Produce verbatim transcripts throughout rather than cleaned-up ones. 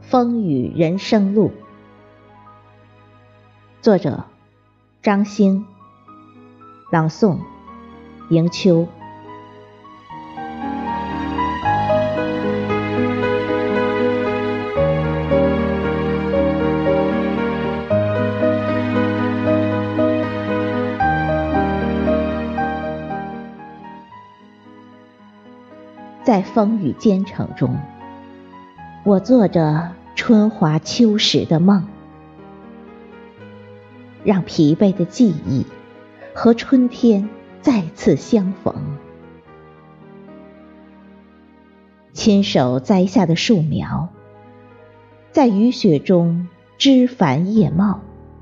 风雨人生路，作者张星，朗诵迎秋。在风雨兼程中，我做着春华秋实的梦，让疲惫的记忆和春天再次相逢。亲手栽下的树苗，在雨雪中枝繁叶茂，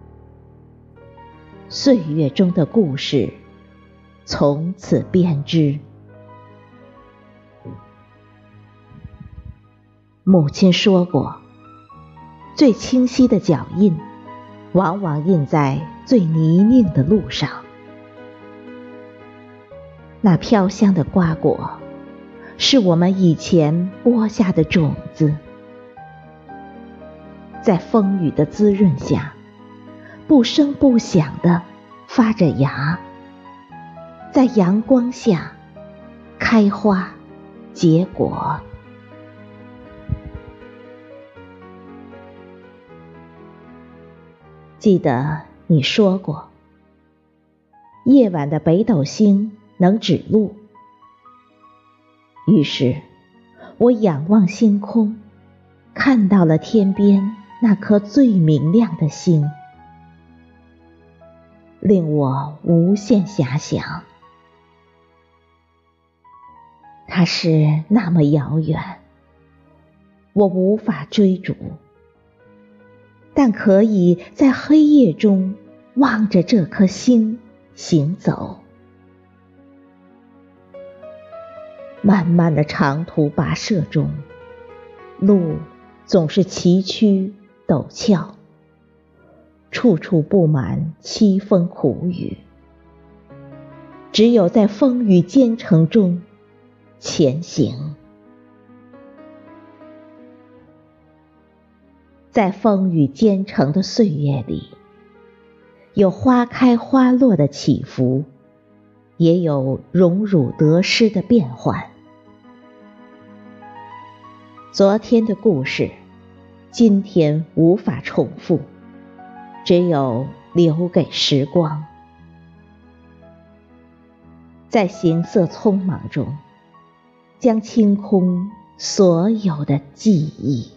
岁月中的故事从此编织。母亲说过，最清晰的脚印往往印在最泥泞的路上。那飘香的瓜果，是我们以前播下的种子，在风雨的滋润下，不声不响地发着芽，在阳光下开花结果。记得你说过，夜晚的北斗星能指路。于是我仰望星空，看到了天边那颗最明亮的星，令我无限遐想。它是那么遥远，我无法追逐，但可以在黑夜中望着这颗星行走。漫漫的长途跋涉中，路总是崎岖陡峭，处处布满凄风苦雨。只有在风雨兼程中前行。在风雨兼程的岁月里，有花开花落的起伏，也有荣辱得失的变幻。昨天的故事，今天无法重复，只有留给时光。在行色匆忙中，将清空所有的记忆。